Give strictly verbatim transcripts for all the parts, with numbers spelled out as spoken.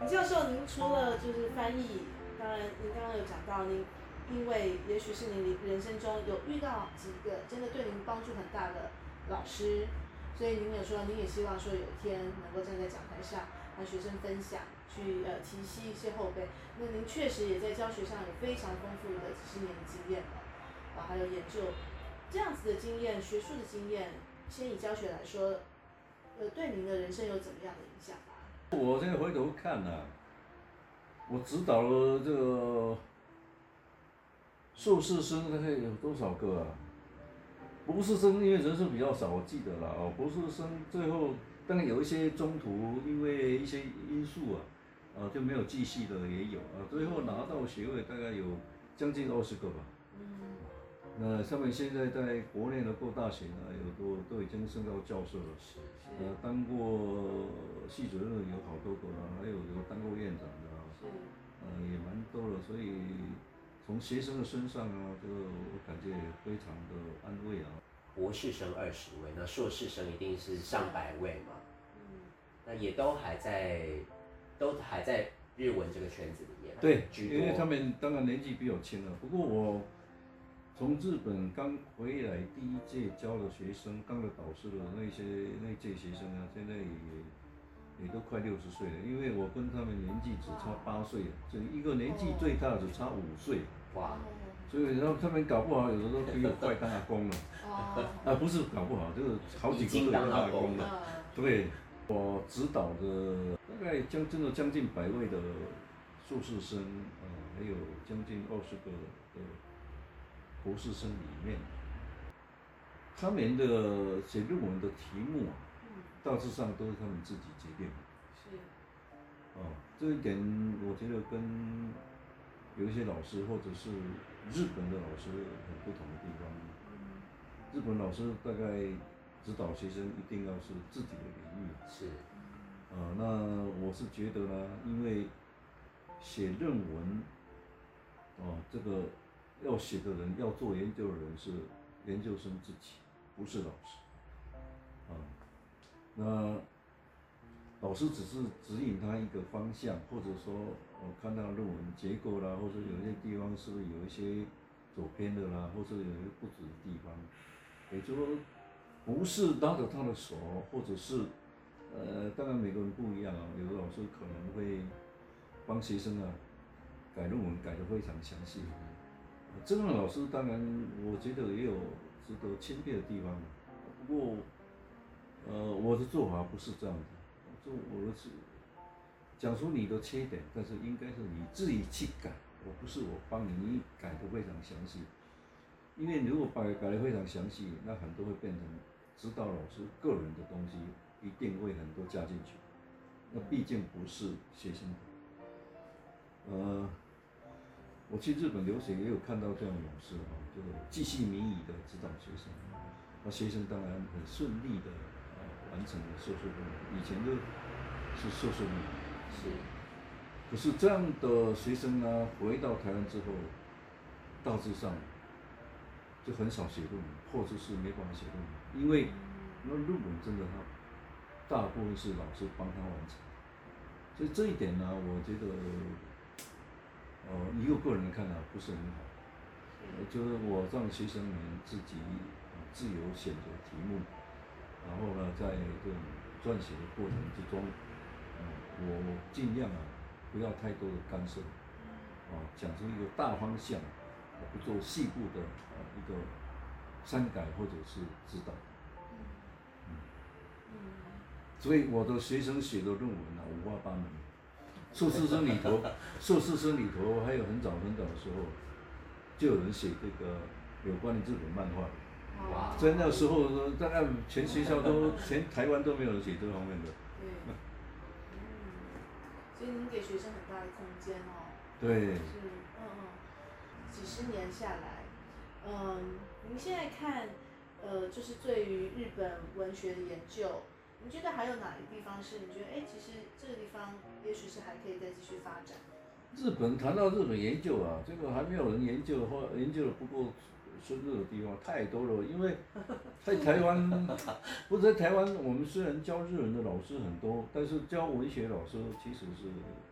教授，您除了就是翻译，当然您刚刚有讲到您，因为也许是您人生中有遇到几个真的对您帮助很大的老师，所以您有说您也希望说有一天能够站在讲台上和学生分享，去呃提携一些后辈。那您确实也在教学上有非常丰富的几十年的经验了，啊，还有研究这样子的经验，学术的经验，先以教学来说，呃，对您的人生有怎么样的影响吗？ 我现在回头看啊，我指导了这个硕士生大概有多少个啊？博士生因为人数比较少，我记得了哦。博士生最后当然有一些中途因为一些因素啊，啊就没有继续的也有啊。最后拿到学位大概有将近二十个吧。嗯。那他们现在在国内的各大学呢，有都都已经升到教授了。 是是。 呃，当过系主任有好多个了，还有有当过院长的啊。 是。 呃，也蛮多了，所以从学生的身上啊，这个我感觉也非常的安慰啊。 博士生二十位，那硕士生一定是上百位嘛。嗯。那也都还在，都还在日文这个圈子里面。 对，因为他们当然年纪比我轻了，不过我从日本刚回来第一届教的学生，当了导师的那些那届学生啊，现在也也都快六十岁了，因为我跟他们年纪只差八岁，就一个年纪最大只差五岁。哇！所以然后他们搞不好有的都比我快当阿公了。哦。啊，不是搞不好，就是好几个都当阿公了。对，我指导的大概将真的将近百位的硕士生，啊、呃，还有将近二十个的博士生里面，他们的写论文的题目啊，大致上都是他们自己决定的。是。哦，这一点我觉得跟有一些老师或者是日本的老师很不同的地方。嗯。日本老师大概指导学生一定要是自己的领域。是。啊，那我是觉得呢，因为写论文，哦，这个要写的人，要做研究的人是研究生自己，不是老师。啊，那老师只是指引他一个方向，或者说我看他的论文结构啦，或者有些地方是不是有一些走偏的啦，或者有一些不足的地方，也就是说不是拉着他的手，或者是呃，当然每个人不一样啊，有的老师可能会帮学生啊改论文改得非常详细。这样的老师当然我觉得也有值得钦佩的地方，不过呃我的做法不是这样的。就我的是讲出你的缺点，但是应该是你自己去改，我不是我帮你改得非常详细。因为如果把改得非常详细，那很多会变成指导老师个人的东西，一定会很多加进去。那毕竟不是学生的。呃，我去日本留学也有看到这样的老师啊，就巨细靡遗的指导学生，那学生当然很顺利的。完成了硕士论文，以前都是硕士论文，是。可是这样的学生呢，回到台湾之后，大致上就很少写论文，或者是没办法写论文，因为那论文真的他大部分是老师帮他完成，所以这一点呢，我觉得，呃，以我个人来看呢，不是很好。呃，就是我让学生们自己自由选择题目。然后呢，在这种撰写的过程之中，呃，我尽量啊，不要太多的干涉，啊，讲出一个大方向，不做细部的呃一个删改或者是指导。嗯。嗯。所以我的学生写的论文啊，五花八门。硕士生里头，硕士生里头还有很早很早的时候，就有人写这个有关于日本漫画。哇！在那时候，大概全学校都、全台湾都没有人写这方面的。 对。嗯。所以您给学生很大的空间哦。 对。 是，嗯嗯。几十年下来，嗯，您现在看，呃，就是对于日本文学的研究，您觉得还有哪个地方是你觉得，哎，其实这个地方也许是还可以再继续发展？ 日本谈到日本研究啊，这个还没有人研究或研究的不够深入的地方太多了，因为在台湾，不是在台湾，我们虽然教日文的老师很多，但是教文学老师其实是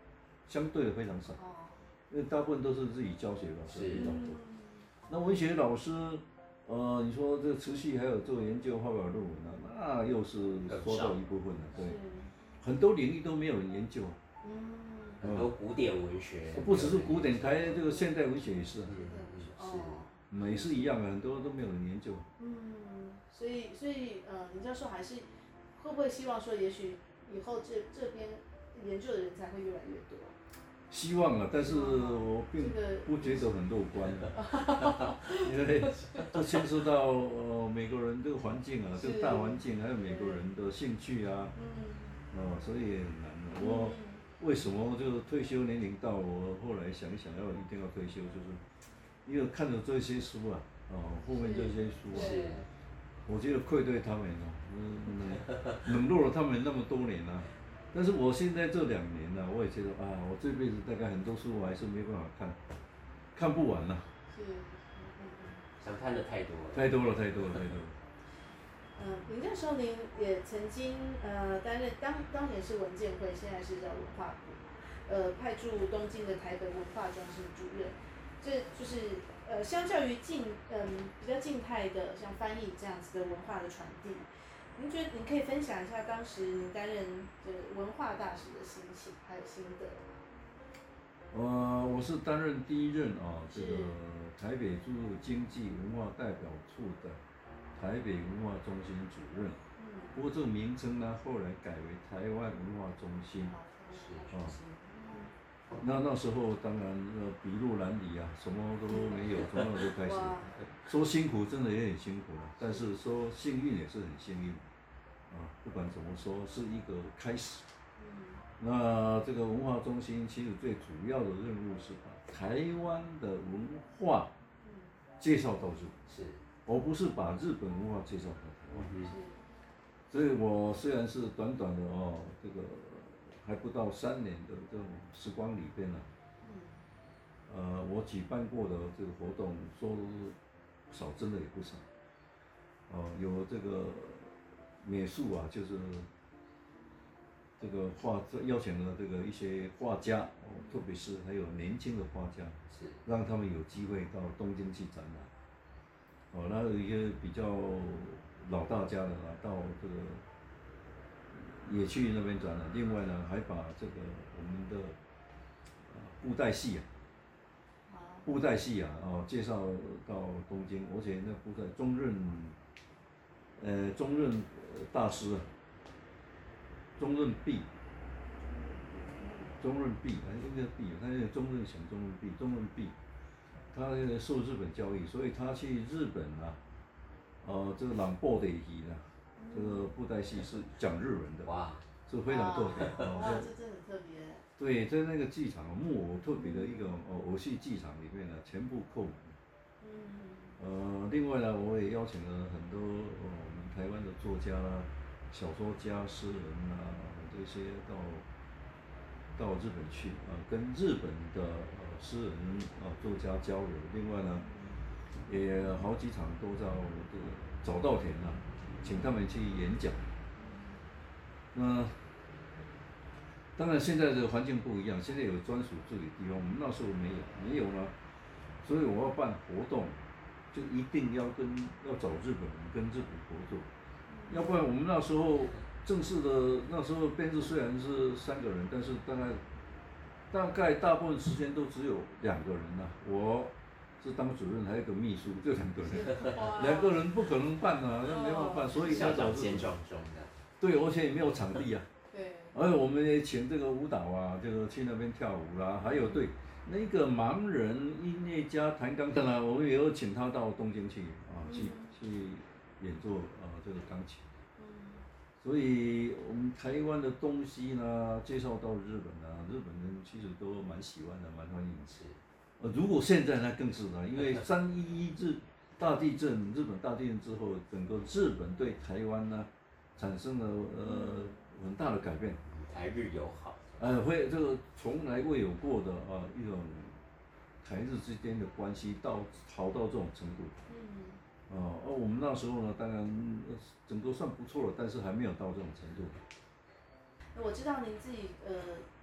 相对的非常少， 哦， 因为大部分都是自己教学老师比较多。 嗯那文学老师，呃，你说这持续还有做研究发表论文啊，那又是说到一部分了，对， 是， 很多领域都没有人研究。 嗯， 很多古典文学， 不只是古典，台这个现代文学也是啊， 嗯哦， 嗯也是一样的，很多都没有人研究。 嗯，所以所以呃，林教授还是会不会希望说，也许以后这这边研究的人才会越来越多？ 希望啊，但是我并不觉得很乐观啊，因为这牵涉到呃美国人这个环境啊，这个大环境，还有美国人的兴趣啊， 嗯， 哦，所以也很难的。我为什么就退休年龄到，我后来想一想要一定要退休，就是因为看了这些书啊，哦，后面这些书啊，我觉得愧对他们了，嗯，冷落了他们那么多年啊。但是我现在这两年呢、啊，我也觉得啊，我这辈子大概很多书我还是没办法看，看不完了、啊。 是，嗯嗯嗯。 想看的太多了。 太多了，太多了，太多了。 嗯，您那时候您也曾经呃担任当当年是文建会，现在是叫文化部，呃派驻东京的台北文化中心主任，这就是呃相较于静嗯比较静态的像翻译这样子的文化的传递，您觉得您可以分享一下当时您担任这文化大使的心情还有心得？ 呃，我是担任第一任啊，这个台北驻经济文化代表处的台北文化中心主任。嗯。不过这个名称呢，后来改为台湾文化中心。 是。 啊。那那时候当然呃筚路蓝缕啊，什么都没有，从那就开始。说辛苦真的也很辛苦了，但是说幸运也是很幸运。啊，不管怎么说，是一个开始。那这个文化中心其实最主要的任务是把台湾的文化介绍到日本， 是， 而不是把日本文化介绍到台湾。 嗯、 所以我虽然是短短的哦，这个还不到三年的这种时光里边呢、啊，呃，我举办过的这个活动，说少真的也不少。哦、呃，有这个美术啊，就是。这个画邀请了这个一些画家，哦，特别是还有年轻的画家， 是让他们有机会到东京去展览。哦，那有一些比较老大家的啊，到这个也去那边展览。另外呢，还把这个我们的布袋戏啊，布袋戏啊，哦，介绍到东京，而且那布袋中任，呃，中任大师啊。中任弼，中任弼，还应该是弼，他那个中任省中任弼，中任弼，他那个受日本教育，所以他去日本啊，呃，这个朗布的戏呢，这个布袋戏是讲日文的， 哇， 是非常特别， 哦，哇，这真的很特别。 对，在那个剧场木偶特别的一个偶偶戏剧场里面呢，全部扣满。嗯。呃，另外呢，我也邀请了很多呃我们台湾的作家啦。小说家、诗人啊，这些到到日本去啊，跟日本的呃诗人啊作家交流。另外呢，也好几场都到这个早稻田啊，请他们去演讲。那当然现在的环境不一样，现在有专属治理地方，我们那时候没有，没有呢，所以我要办活动，就一定要跟要找日本人跟日本合作。要不然我们那时候正式的那时候编制虽然是三个人，但是大概大概大部分时间都只有两个人呐、啊。我是当主任，还有一个秘书，就两个人，两个人不可能办啊，那没办法办，所以要找是壮中的。 对，而且也没有场地啊。 对。 而且我们也请这个舞蹈啊，这个去那边跳舞啦、啊，还有对那个盲人音乐家弹钢琴啊，我们也有请他到东京去啊，去去。演奏啊、呃，这个钢琴，所以我们台湾的东西呢，介绍到日本啊，日本人其实都蛮喜欢的，蛮欢迎吃。呃，如果现在呢，更是呢，因为三一一日大地震，日本大地震之后，整个日本对台湾呢，产生了呃很大的改变。 台日友好。 呃，会这个从来未有过的啊、呃、一种台日之间的关系到好到这种程度。嗯。哦，而我们那时候呢，当然整个算不错了，但是还没有到这种程度。 我知道您自己呃，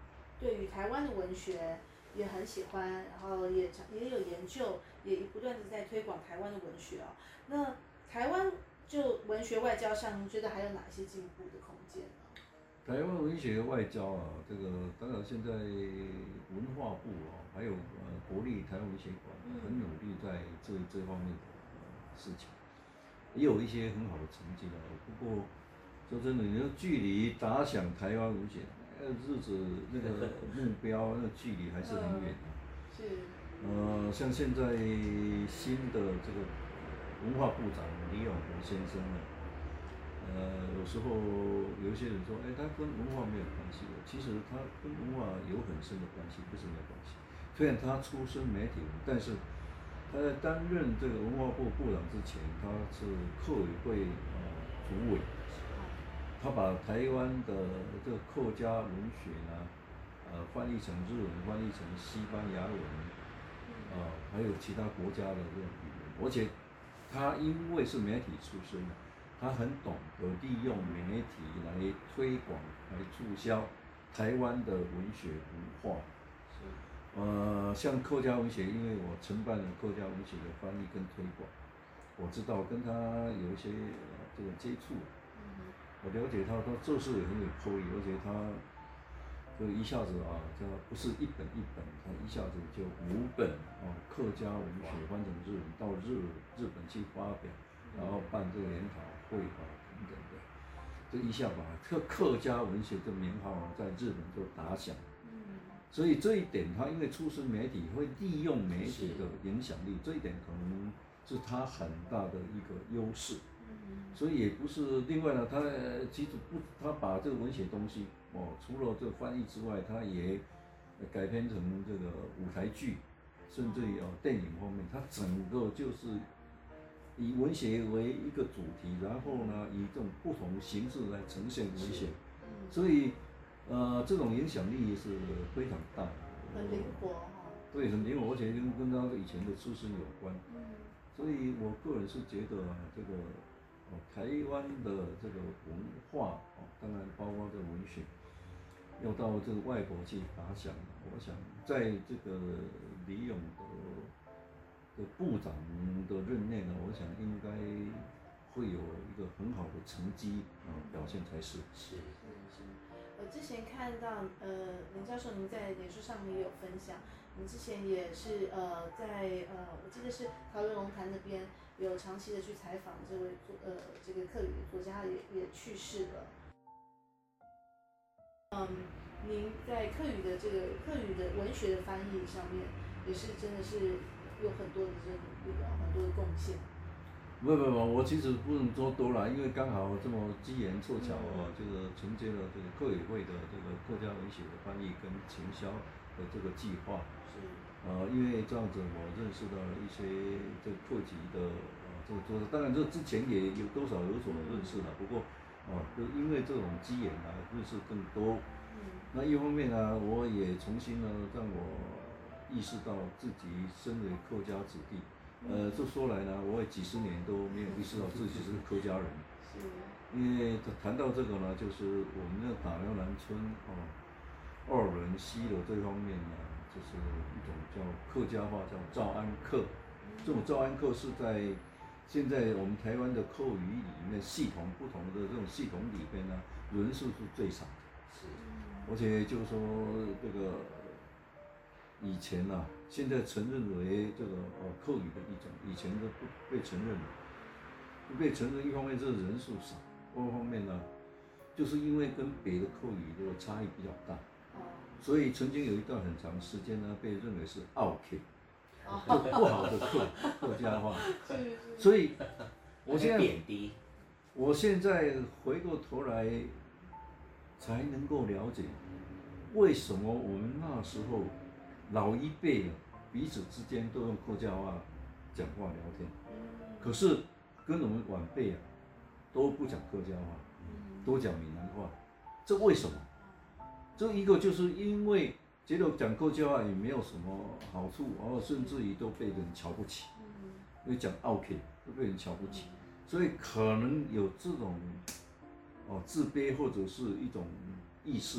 对于台湾的文学也很喜欢，然后也也有研究，也不断的在推广台湾的文学哦。那台湾就文学外交上，您觉得还有哪些进步的空间呢？ 台湾文学外交啊，这个当然现在文化部啊，还有呃国立台湾文学馆很努力在这这方面的、呃、事情，也有一些很好的成绩了。不过说真的，你说距离打响台湾文学呃日子那个目标，那个距离还是很远的、啊。 是。 呃，像现在新的这个文化部长李永和先生呢。呃，有时候有一些人说，哎，他跟文化没有关系的，其实他跟文化有很深的关系，不是没有关系。虽然他出身媒体人，但是他在担任这个文化部部长之前，他是客委会呃主委，他把台湾的这个客家文学呢，呃翻译成日文，翻译成西班牙文，啊、呃，还有其他国家的这种语言，而且他因为是媒体出身的。他很懂得利用媒体来推广、来促销台湾的文学文化。呃，像客家文学，因为我承办了客家文学的翻译跟推广，我知道跟他有一些、呃、这个接触，我了解他，他做事也很有魄力，而且他就一下子啊，就不是一本一本，他一下子就五本啊，客家文学翻成日文到日日本去发表，然后办这个研讨。绘画等等的，这一下把客客家文学的名号在日本就打响。嗯，所以这一点他因为出身媒体，会利用媒体的影响力，这一点可能是他很大的一个优势。嗯，所以也不是另外呢，他其实不，他把这个文学东西哦，除了这个翻译之外，他也改编成这个舞台剧，甚至于哦电影方面，他整个就是。以文学为一个主题，然后呢，以这种不同形式来呈现文学，所以，呃，这种影响力是非常大的。 很灵活哈。 对，很灵活，而且跟跟他以前的出身有关。嗯。所以我个人是觉得啊，这个哦，台湾的这个文化哦，当然包括这个文学，要到这个外国去打响，我想在这个李永的。的部长的任内呢，我想应该会有一个很好的成绩啊、呃、表现才是。 是是是，我之前看到呃林教授您在脸书上面也有分享，您之前也是呃在呃我记得是桃园龙潭那边有长期的去采访这位作呃这个客语的作家也也去世了。嗯，您在客语的这个客语的文学的翻译上面也是真的是。有很多的这个努力啊，很多的贡献。 不不不，我其实不能说多了，因为刚好这么机缘凑巧啊，这个承接了这个客委会的这个客家文学的翻译跟行销的这个计划。是。呃，因为这样子，我认识到了一些这个客籍的呃这个作者，当然这之前也有多少有所认识了，不过啊，就因为这种机缘啊，认识更多。嗯。那一方面呢，我也重新呢让我。意识到自己身为客家子弟，呃，这说来呢，我也几十年都没有意识到自己是客家人。是。因为谈到这个呢，就是我们的打寮南村哦，二轮、西楼这方面呢，就是一种叫客家话，叫赵安客。这种赵安客是在现在我们台湾的客语里面系统不同的这种系统里边呢，人数是最少的。是。而且就是说这个。以前呐、啊，现在承认为这个呃客语的一种，以前都不被承认，不被承认。一方面这个人数少，二方面呢，就是因为跟别的客语的差异比较大，所以曾经有一段很长时间呢，被认为是傲客，就不好的客客家话。所以，我现在贬低， 我现在回过头来才能够了解，为什么我们那时候。老一辈彼此之间都用客家话讲话聊天，可是跟我们晚辈啊都不讲客家话，都讲闽南话，这为什么？这一个就是因为觉得讲客家话也没有什么好处，然后甚至于都被人瞧不起，因为讲傲客都被人瞧不起，所以可能有这种哦自卑或者是一种意识，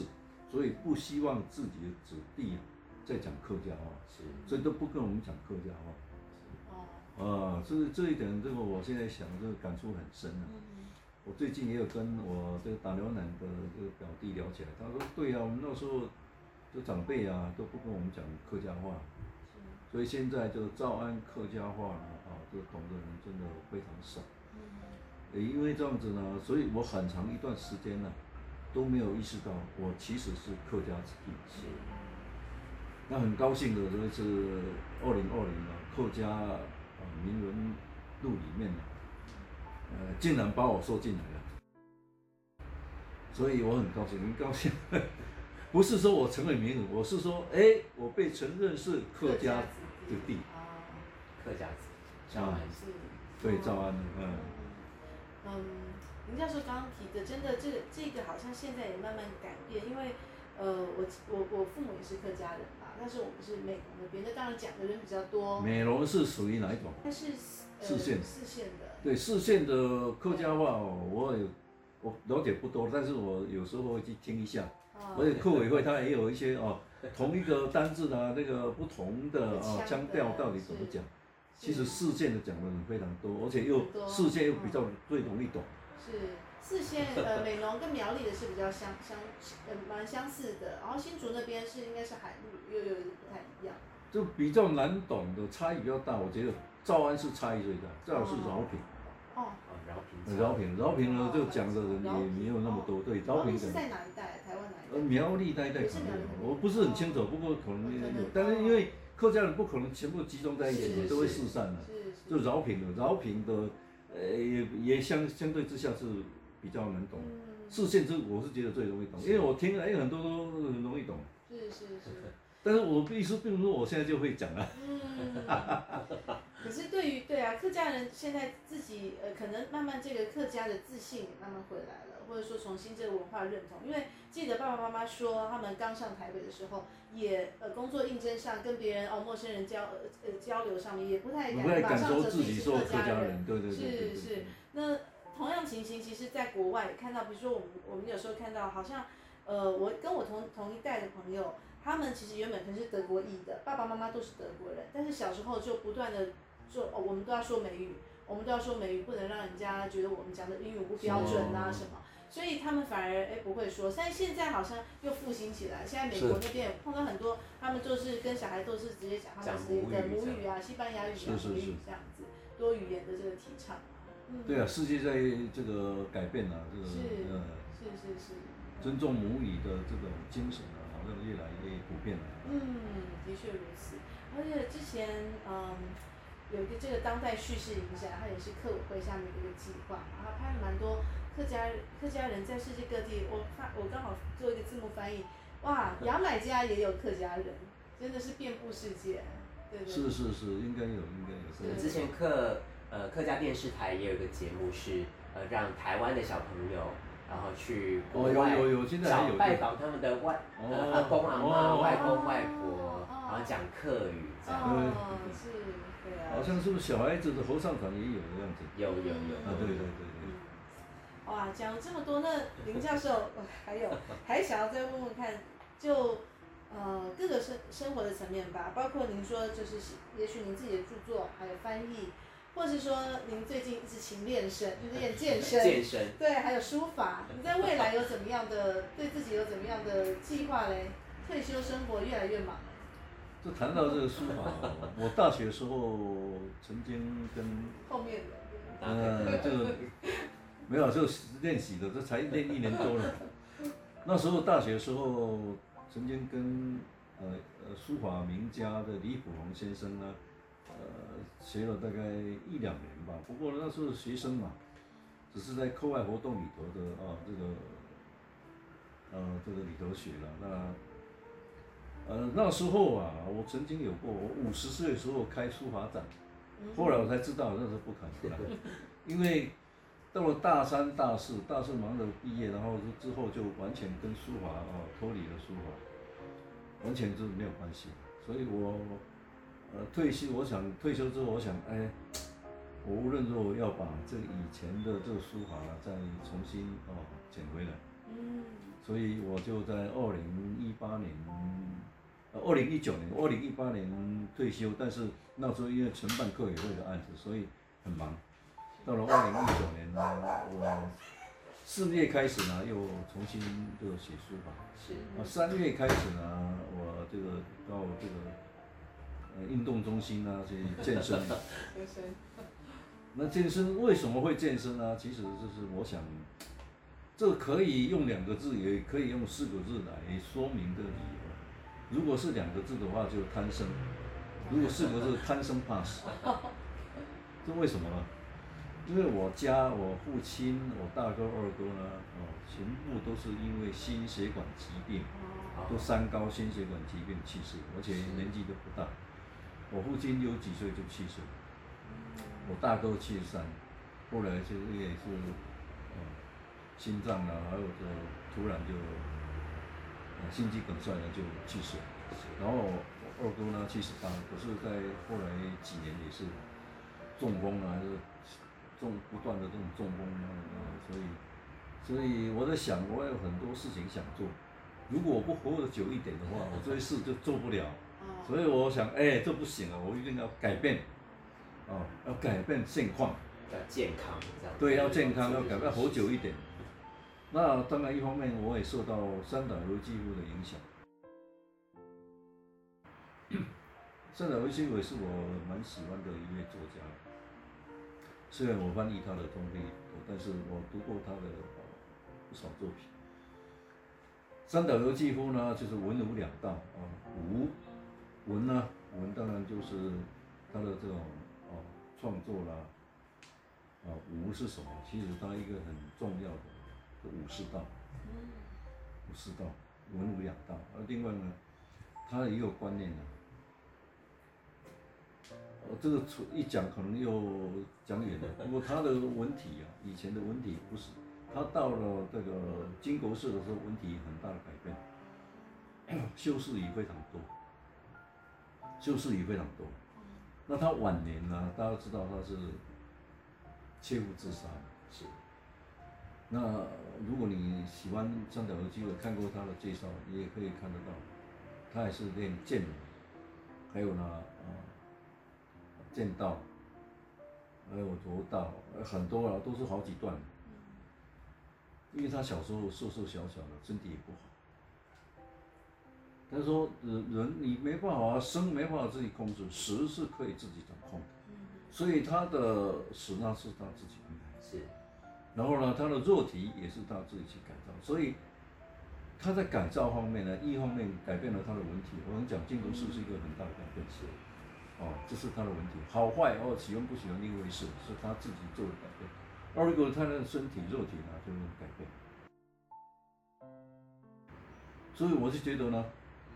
所以不希望自己的子弟再讲客家话， 是， 所以都不跟我们讲客家话。 哦， 啊，这这一点，这个我现在想，这个感触很深啊。 嗯， 我最近也有跟我这个打牛奶的这个表弟聊起来，他说对啊，我们那时候就长辈啊都不跟我们讲客家话，所以现在这个诏安客家话呢，啊，这个懂的人真的非常少。也因为这样子呢，所以我很长一段时间呢、都没有意识到我其实是客家子弟。 是， 那很高兴的，这是二零二零啊，客家啊名人录里面呢、呃，竟然把我收进来了，所以我很高兴，很高兴。不是说我成为名人，我是说，哎、欸，我被承认是客家子弟。 客家子，诏安是， 对，诏安，嗯。 嗯，林教授刚刚提的，真的这个这个好像现在也慢慢改变，因为呃，我我我父母也是客家人吧，但是我们是美浓那边，那当然讲的人比较多。 美浓是属于哪一种？ 它是呃四县。 四县的。 对，四县的客家话哦，我有我了解不多，但是我有时候会去听一下。 哦、 而且客委会它也有一些哦，同一个单字啊，那个不同的啊腔调到底怎么讲？其实四县的讲的人非常多，而且又四县又比较最容易懂。 是四县呃，美浓跟苗栗的是比较相相呃蛮相似的，然后新竹那边是应该是海陆又有不太一样。 就比较难懂的差异比较大，我觉得诏安是差异最大，再来是饶平。 哦。 饶平。 饶平，饶平呢，就讲的人也没有那么多，对，饶平。 是在哪一带？台湾哪一带？ 呃，苗栗那一带可能有，我不是很清楚，不过可能有，但是因为客家人不可能全部集中在一起，都会四散的。就饶平的，饶平的，呃，也也相相对之下是比较难懂。四县这我是觉得最容易懂，因为我听了，哎，很多都很容易懂。 是是是。 但是我意思并不是说我现在就会讲了。 嗯。可是对于对啊，客家人现在自己呃，可能慢慢这个客家的自信也慢慢回来了，或者说重新这个文化认同。因为记得爸爸妈妈说，他们刚上台北的时候，也呃工作应征上跟别人哦陌生人交呃呃交流上面也不太敢马上说自己是客家人。 对对对。 是是。那同样情形，其实在国外也看到，比如说我们我们有时候看到，好像呃我跟我同同一代的朋友。他们其实原本可能是德国裔的，爸爸妈妈都是德国人，但是小时候就不断的说，哦，我们都要说美语，我们都要说美语，不能让人家觉得我们讲的英语不标准啊什么，所以他们反而哎不会说，但现在好像又复兴起来，现在美国那边也碰到很多，他们就是跟小孩都是直接讲他们自己的母语啊，西班牙语啊、母语这样子，多语言的这个提倡嘛。 嗯、对啊，世界在这个改变啊，这个是呃， 是是是， 尊重母语的这种精神啊。越来越普遍了。 嗯，的确如此。而且之前嗯，有一个这个当代叙事影展，它也是客委会下面的一个计划，然后拍了蛮多客家客家人在世界各地。我发我刚好做一个字幕翻译，哇，牙买加也有客家人，真的是遍布世界。对对。 是是是，应该有应该有。 之前客呃客家电视台也有一个节目是呃让台湾的小朋友。然后去国外找拜访他们的外呃阿公阿嬷、外公外婆，然后讲客语这样。 哦，是，对啊。 好像是不是小孩子的合唱团也有的样子？ 有有有。 啊，对对对对。 哇，讲了这么多，那林教授还有还想要再问问看，就呃各个生生活的层面吧，包括您说就是也许您自己的著作，还有翻译。或是说您最近一直勤练身，练健身， 健身， 对，还有书法。你在未来有怎么样的对自己有怎么样的计划嘞？退休生活越来越忙。 就谈到这个书法，我大学的时候曾经跟后面的， 呃，这个没有，就练习的，这才练一年多了。那时候大学的时候，曾经跟呃呃书法名家的李溥洪先生呢。呃，学了大概一两年吧，不过那时候学生嘛，只是在课外活动里头的啊，这个，呃，这个里头学了。那，呃，那时候啊，我曾经有过，我五十岁的时候开书法展，后来我才知道那是不可能的，因为到了大三、大四，大四忙着毕业，然后之后就完全跟书法啊脱离了书法，完全就是没有关系，所以我。呃，退休，我想退休之后，我想，哎，我无论如何要把这个以前的这个书法再重新哦捡回来。 嗯， 所以我就在二零一八年，呃，二零一九年，二零一八年退休，但是那时候因为承办客委会的案子，所以很忙。到了二零一九年呢，我四月开始呢，又重新这个写书法。 是。 啊，三月开始呢，我这个到这个呃运动中心呢去健身。健身。那健身为什么会健身呢？其实就是我想，这可以用两个字，也可以用四个字来说明的理由。如果是两个字的话，就贪生；如果四个字，贪生怕死。这为什么呢？因为我家我父亲、我大哥、二哥呢，哦，全部都是因为心血管疾病，都三高心血管疾病去世，而且年纪都不大。我父亲有几岁就去世，我大哥七十三，后来就也是，呃，心脏啊，还有这突然就，呃，心肌梗塞呢就去世，然后二哥呢七十八，可是在后来几年也是中风啊，还是中不断的这种中风啊，所以，所以我在想，我有很多事情想做，如果我不活得久一点的话，我这些事就做不了。所以我想，哎，这不行啊，我一定要改变，哦，要改变现况， 要健康这样。 对，要健康，要改变，活久一点。那当然，一方面我也受到三岛由纪夫的影响。三岛由纪夫也是我蛮喜欢的一位作家，虽然我翻译他的东西，但是我读过他的不少作品。三岛由纪夫呢，就是文武两道啊，武。文呢，文当然就是他的这种哦创作啦，啊武是什么？其实他一个很重要的武士道，武士道，文武两道。而另外呢，他也有观念呢，呃这个一讲可能又讲远了。不过他的文体啊，以前的文体不是，他到了这个金国寺的时候，文体很大的改变，修饰语非常多。修饰语非常多，那他晚年呢、啊？大家知道他是切腹自杀，是。那如果你喜欢三岛由纪夫，看过他的介绍，你也可以看得到，他也是练剑的，还有呢，啊，剑道，还有柔道，很多啊，都是好几段。因为他小时候瘦瘦小小的，身体也不好。他说：“人你没办法生，没办法自己控制，死是可以自己掌控的。所以他的死呢是他自己安排。是，然后呢，他的肉体也是他自己去改造。所以他在改造方面呢，一方面改变了他的文体。我们讲金国寺是一个很大的改变，是，哦，这是他的文体，好坏哦，喜欢不喜欢另一回事，是他自己做的改变。而如果他的身体肉体呢，就会改变。所以我是觉得呢。”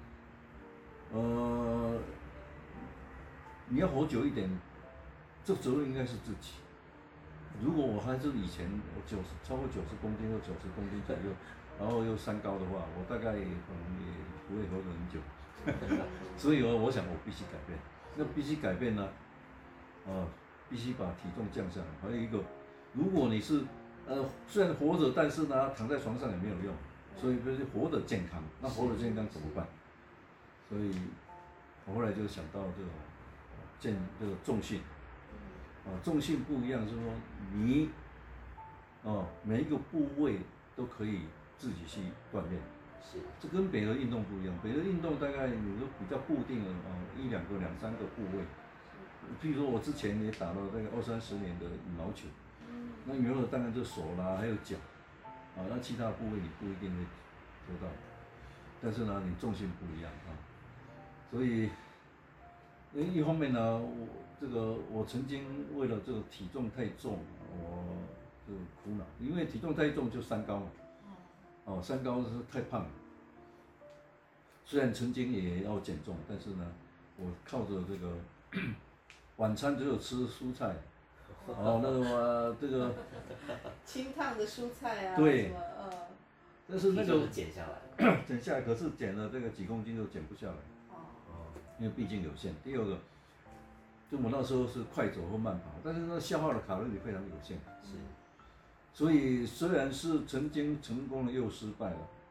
呃，你要活久一点，这责任应该是自己。如果我还是以前我九十超过九十公斤或九十公斤左右，然后又三高的话，我大概可能也不会活得很久。所以，我我想我必须改变。那必须改变呢，呃，必须把体重降下来。还有一个，如果你是呃虽然活着，但是呢躺在床上也没有用，所以必须活得健康。那活得健康怎么办？所以，我后来就想到这种健这个重训，啊，重训不一样，是说你，哦，每一个部位都可以自己去锻炼，是，这跟别的运动不一样。别的运动大概你都比较固定的啊，一两个、两三个部位。譬如说我之前也打了大概二三十年的羽毛球，那羽毛球当然就手啦，还有脚，啊，那其他的部位你不一定会做到，但是呢，你重训不一样啊。所以，一方面呢，我这个我曾经为了这个体重太重，我就苦恼，因为体重太重就三高嘛，哦，三高是太胖了。虽然曾经也要减重，但是呢，我靠着这个晚餐只有吃蔬菜，哦，那个这个清烫的蔬菜啊， 对， 呃， 但是那个减下来， 减下来，可是减了这个几公斤都减不下来。因为毕竟有限。第二个，就我那时候是快走或慢跑，但是那消耗的卡路里非常有限。是， 所以虽然是曾经成功了又失败了，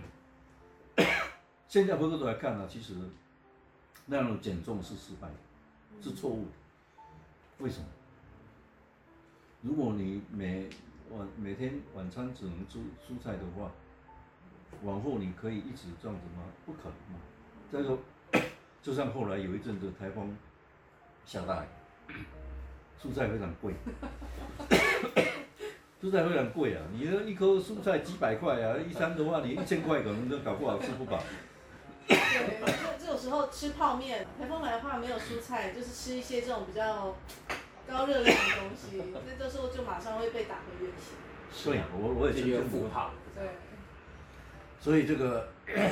现在回过头来看呢、啊，其实那样的减重是失败的，是错误的。为什么？如果你每晚每天晚餐只能吃蔬菜的话，往后你可以一直这样子吗？不可能嘛。再说，就像后来有一阵子台风下大雨，蔬菜非常贵，蔬菜非常贵啊！你的一颗蔬菜几百块啊，一餐的话你一千块可能都搞不好吃不饱。 对，这这种时候吃泡面，台风来的话没有蔬菜，就是吃一些这种比较高热量的东西，那这时候就马上会被打回原形。 对，我我也曾经复胖。 对。 所以这个，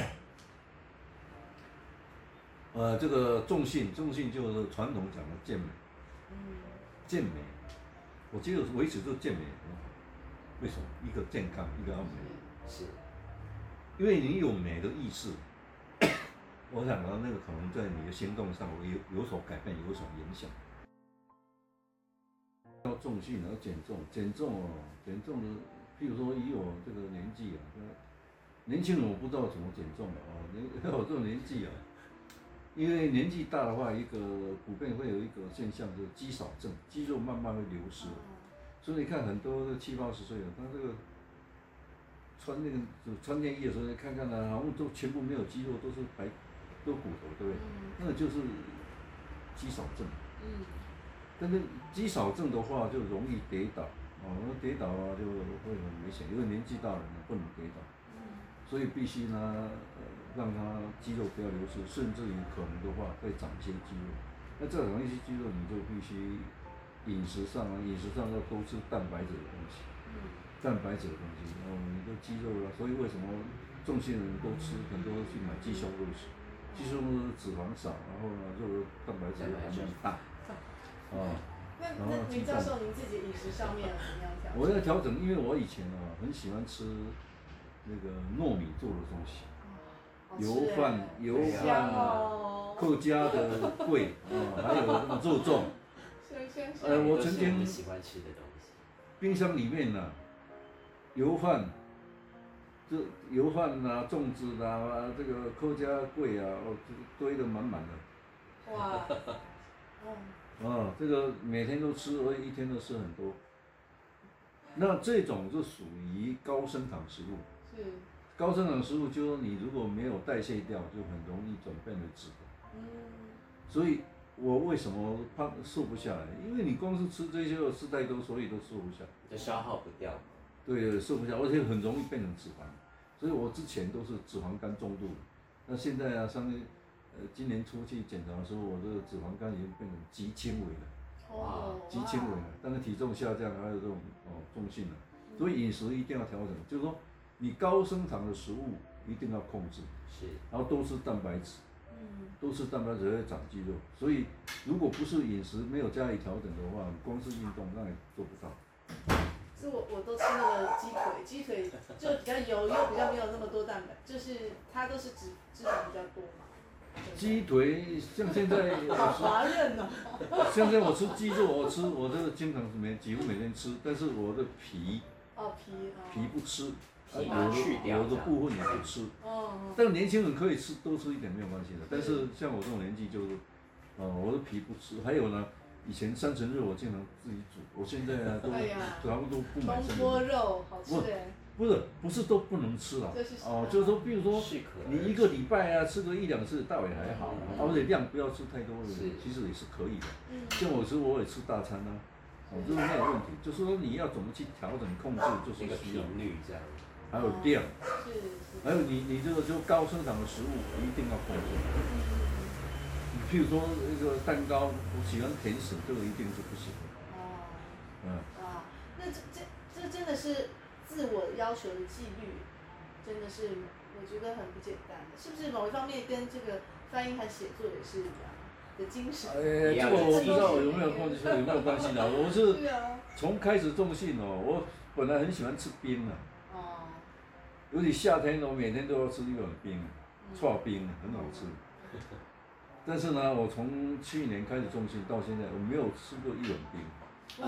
呃，这个重性，重性就是传统讲的健美。嗯。健美，我觉得维持住健美很好。为什么？一个健康，一个要美。 是。 因为你有美的意识，我想到那个可能在你的行动上会有有所改变，有所影响。要重性，然后减重，减重哦，减重的，譬如说以我这个年纪啊，年轻人我不知道怎么减重了啊，我这种年纪啊，因为年纪大的话，一个普遍会有一个现象，就是肌少症，肌肉慢慢会流失，所以你看很多七八十岁了，他这个穿那个穿内衣的时候，看看啊，好像都全部没有肌肉，都是白，都骨头，对不对？那个就是肌少症。嗯。但是肌少症的话，就容易跌倒，哦，那跌倒啊就会很危险，因为年纪大了呢不能跌倒，所以必须呢，呃，让他肌肉不要流失，甚至于可能的话会长一些肌肉。那这长一些肌肉，你就必须饮食上啊，饮食上要多吃蛋白质的东西，蛋白质的东西，然后你的肌肉啊，所以为什么重性人都吃很多去买鸡胸肉吃，鸡胸肉脂肪少，然后呢肉蛋白质含量大。哦， 那那林教授，您自己饮食上面有什么样调整？ 我要调整，因为我以前啊很喜欢吃那个糯米做的东西，哦、油饭、油饭啊，客家的贵啊，还有那个肉粽。呃，我曾经喜欢吃的东西。 冰箱里面呢、啊，油饭，这油饭啊、粽子啊、这个客家贵啊，哦，堆得满满的。哇。哦。啊，这个每天都吃，而且一天都吃很多。那这种就属于高升糖食物。是。高升糖食物就是说你如果没有代谢掉，就很容易转变为脂肪。嗯。所以我为什么胖瘦不下来？因为你光是吃这些肉吃太多，所以都瘦不下。 就消耗不掉。 对，瘦不下，而且很容易变成脂肪。所以我之前都是脂肪肝重度，那现在啊，上面。呃，今年初去检查的时候，我这个脂肪肝已经变成极轻微了，哇，极轻微了，但是体重下降，还有这种哦重性了，所以饮食一定要调整，就是说你高升糖的食物一定要控制，是，然后多吃蛋白质，嗯，多吃蛋白质会长肌肉，所以如果不是饮食没有加以调整的话，你光是运动那也做不到。 是我我都吃那个鸡腿，鸡腿就比较油，又比较没有那么多蛋白，就是它都是脂脂肪比较多嘛。 鸡腿像现在我吃，华人哦。 现在我吃鸡肉，我吃我这个经常是每几乎每天吃，但是我的皮， 哦皮， 皮不吃， 皮把它去掉， 有的部分也不吃。哦。但年轻人可以吃，多吃一点没有关系的。但是像我这种年纪就是，呃，我的皮不吃。还有呢，以前三层肉我经常自己煮，我现在呢都全部都不买三层肉。 东坡肉好吃哎。 不是，不是都不能吃了，哦，就是说，比如说，你一个礼拜啊吃个一两次倒也还好，而且量不要吃太多，其实也是可以的。像我吃我也吃大餐啊，哦，这个没有问题，就是说你要怎么去调整控制，就是需要频率这样， 还有量，还有你你这个就高升糖的食物一定要控制。你譬如说那个蛋糕，我喜欢甜食，这个一定是不行的。哦。 嗯。哇，那这这这真的是。自我要求的纪律，真的是我觉得很不简单的，是不是某一方面跟这个翻译和写作也是一样的精神？ 哎，这个我不知道有没有关系，有没有关系的？我是从开始重训哦，我本来很喜欢吃冰的，哦，尤其夏天我每天都要吃一碗冰，刨冰很好吃。但是呢，我从去年开始重训到现在，我没有吃过一碗冰。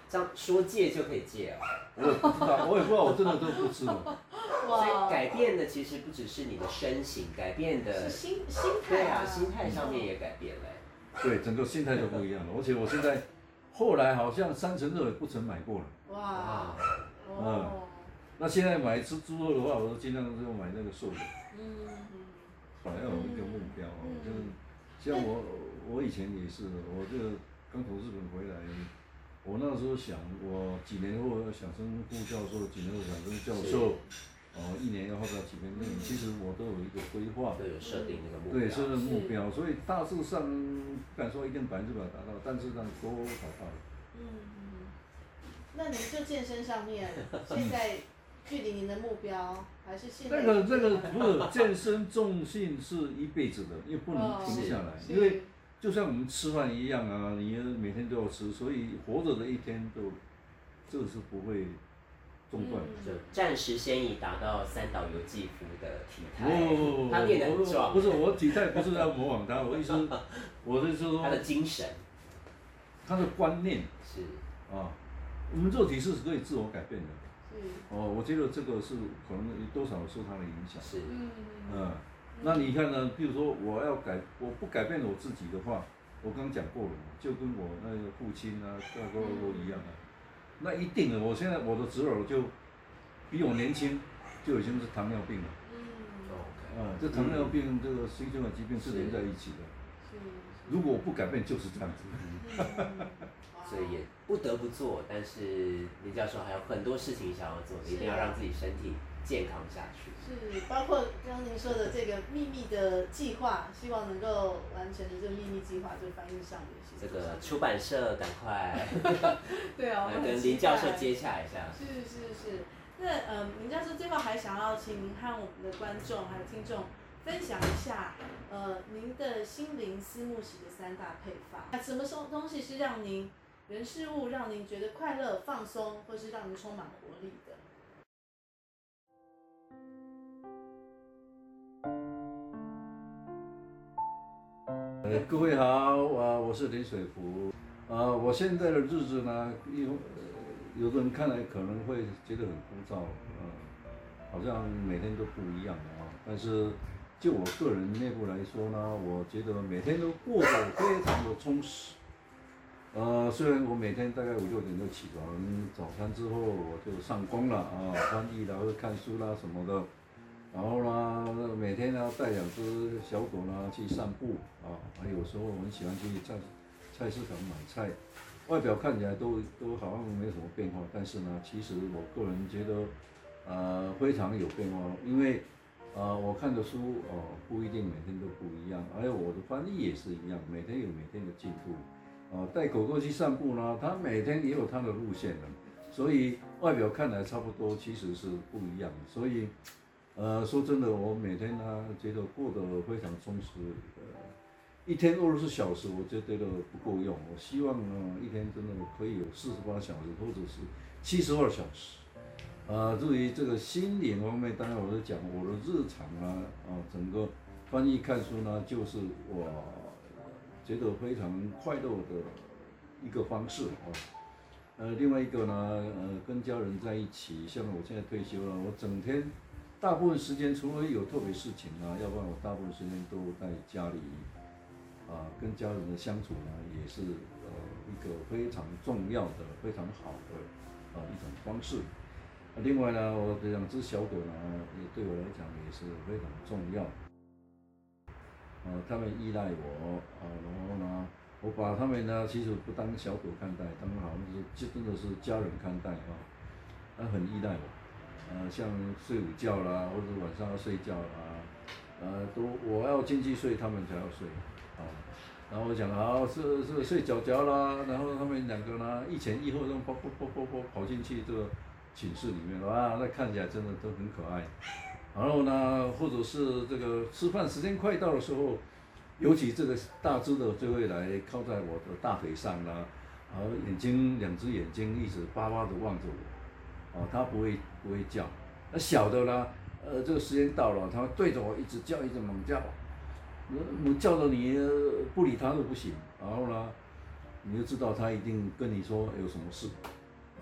这样说戒就可以戒哦。 我也不知道，我也不知道，我真的都不吃了。 所以改变的其实不只是你的身形，改变的是心心态对啊，心态上面也改变了。 对，整个心态都不一样了。而且我现在后来好像三层肉也不曾买过了。 哇， 嗯，那现在买吃猪肉的话，我都尽量就买那个瘦的。 嗯， 反正有一个目标哦，就是像我我以前也是，我这个刚从日本回来。我那时候想，我几年后要想升副教授，几年后想升教授，哦，一年要花到几篇论文，其实我都有一个规划， 都有设定那个目标， 对，设定目标，所以大致上不敢说一定百分之百达到，但是让都达到了。 嗯，那您就健身上面，现在距离您的目标还是现在？ 那个那个不是健身重训是一辈子的，因为不能停下来，因为。就像我们吃饭一样啊，你每天都要吃，所以活着的一天都，这个是不会中断的。 就暂时先以达到三岛由纪夫的体态， 哦、 他练得很壮。 不是我体态不是要模仿他，我意思，我的就是说他的精神， 他的观念是啊，我们肉体是可以自我改变的。哦，我觉得这个是可能多少受他的影响。 是， 嗯。嗯那你看呢？比如说，我要改，我不改变我自己的话，我刚讲过了嘛，就跟我那个父亲啊、大哥都一样啊。那一定的，我现在我的侄儿就比我年轻，就已经是糖尿病了。嗯。OK。啊，这糖尿病这个心血管疾病是连在一起的。是。如果我不改变，就是这样子。 所以也不得不做，但是林教授还有很多事情想要做，一定要让自己身体健康下去。 是，包括刚刚您说的这个秘密的计划，希望能够完成的这个秘密计划，就翻译上面。 这个出版社赶快， 对啊， 来跟林教授接洽一下。 是是是，那呃，林教授最后还想要请您和我们的观众还有听众分享一下，呃，您的心灵思慕喜的三大配方，什么东西是让您人事物让您觉得快乐、放松，或是让您充满活力的？ 呃，各位好，啊，我是林水福，啊，我现在的日子呢，有有的人看来可能会觉得很枯燥，呃，好像每天都不一样啊。但是就我个人内部来说呢，我觉得每天都过得非常的充实。呃，虽然我每天大概五六点就起床，早餐之后我就上工了啊，翻译啦或者看书啦什么的。然后呢，每天呢带两只小狗呢去散步啊，还有时候我很喜欢去菜菜市场买菜，外表看起来都都好像没什么变化，但是呢，其实我个人觉得，呃，非常有变化，因为，呃，我看的书哦、呃、不一定每天都不一样，还有我的翻译也是一样，每天有每天的进步，啊、呃，带狗狗去散步呢，它每天也有它的路线的，所以外表看来差不多，其实是不一样，所以。呃，说真的，我每天呢觉得过得非常充实。呃，一天二十四小时，我就觉得不够用。我希望呢，一天真的可以有四十八小时，或者是七十二小时。呃，至于这个心灵方面，当然我是讲我的日常啊，啊，整个翻译看书呢，就是我觉得非常快乐的一个方式啊。呃，另外一个呢，呃，跟家人在一起，像我现在退休了，我整天。大部分时间除了有特别事情啊，要不然我大部分时间都在家里，啊，跟家人的相处呢，也是呃一个非常重要的、非常好的啊一种方式。另外呢，我的两只小狗呢，也对我来讲也是非常重要。啊，它们依赖我啊，然后呢，我把它们呢，其实不当小狗看待，当好像是真的是家人看待啊，它很依赖我。呃，像睡午觉啦，或者晚上要睡觉啦，呃，都我要进去睡，他们才要睡，啊，然后我讲啊，是是睡觉觉啦，然后他们两个呢一前一后这样跑跑跑跑跑跑进去这个寝室里面，哇，那看起来真的都很可爱。然后呢，或者是这个吃饭时间快到的时候，尤其这个大只的就会来靠在我的大腿上啦，然后眼睛两只眼睛一直巴巴的望着我。哦，它不会不会叫，那小的呢？呃，这个时间到了，它会对着我一直叫，一直猛叫，猛叫的你不理它都不行。然后呢，你就知道它一定跟你说有什么事。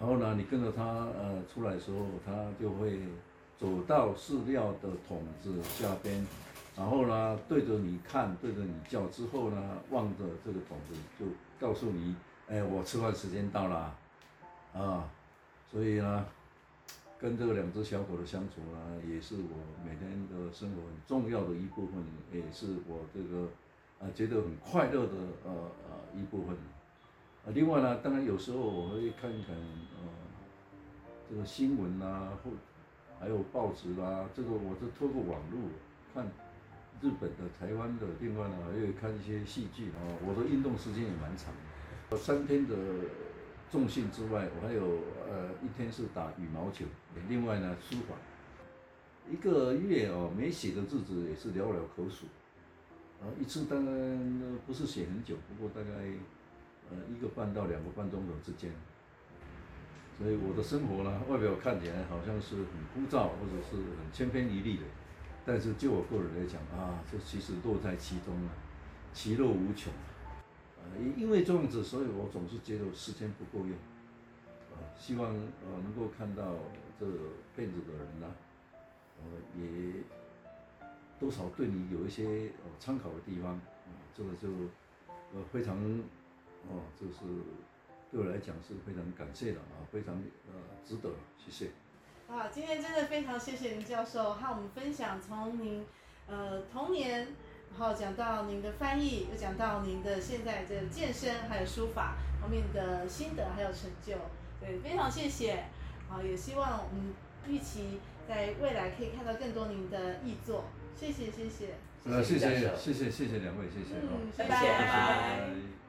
然后呢，你跟着它呃出来的时候，它就会走到饲料的桶子下边，然后呢对着你看，对着你叫，之后呢望着这个桶子就告诉你，哎，我吃饭时间到了，啊，所以呢，跟这个两只小狗的相处呢，也是我每天的生活很重要的一部分，也是我这个啊觉得很快乐的呃呃一部分。啊，另外呢，当然有时候我会看一看呃这个新闻啊，或还有报纸啦、啊，这个我是透过网络看日本的、台湾的，另外呢还有看一些戏剧啊。我的运动时间也蛮长的，三天的重训之外，我还有呃一天是打羽毛球，另外呢书法，一个月哦没写的日子也是寥寥可数，啊一次当然不是写很久，不过大概。呃，一个半到两个半钟头之间，所以我的生活呢，外表看起来好像是很枯燥或者是很千篇一律的，但是就我个人来讲啊，这其实乐在其中啊，其乐无穷啊。呃，因为这样子，所以我总是觉得时间不够用，啊，希望呃能够看到这片子的人呢，呃也多少对你有一些呃参考的地方，啊，这个就呃非常。哦，这是对我来讲是非常感谢的啊，非常呃值得，谢谢。 啊，今天真的非常谢谢林教授和我们分享从您呃童年，然后讲到您的翻译，又讲到您的现在的健身还有书法方面的心得还有成就，对，非常谢谢。好，也希望我们预期在未来可以看到更多您的译作，谢谢谢谢。 呃，谢谢谢谢谢谢两位，谢谢。 嗯， 拜拜拜拜。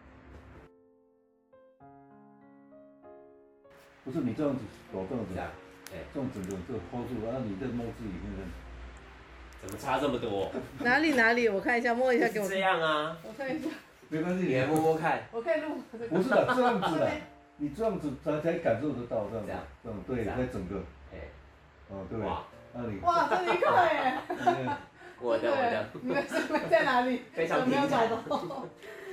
不是你这样子搞这样子， 对， 这样整个这 hold 住，然后你这帽子里面， 怎么差这么多？ 哪里哪里？我看一下，摸一下给我。 这样啊。 我看一下。 没关系， 你来摸摸看。 我可以录。 不是的，这样子的，你这样子才才感受得到这样子，这样对，在整个。 哎。 哦，对。哇。那你。 哇，这一块耶。 我的我的。 你的身份在哪里？ 非常没有找到。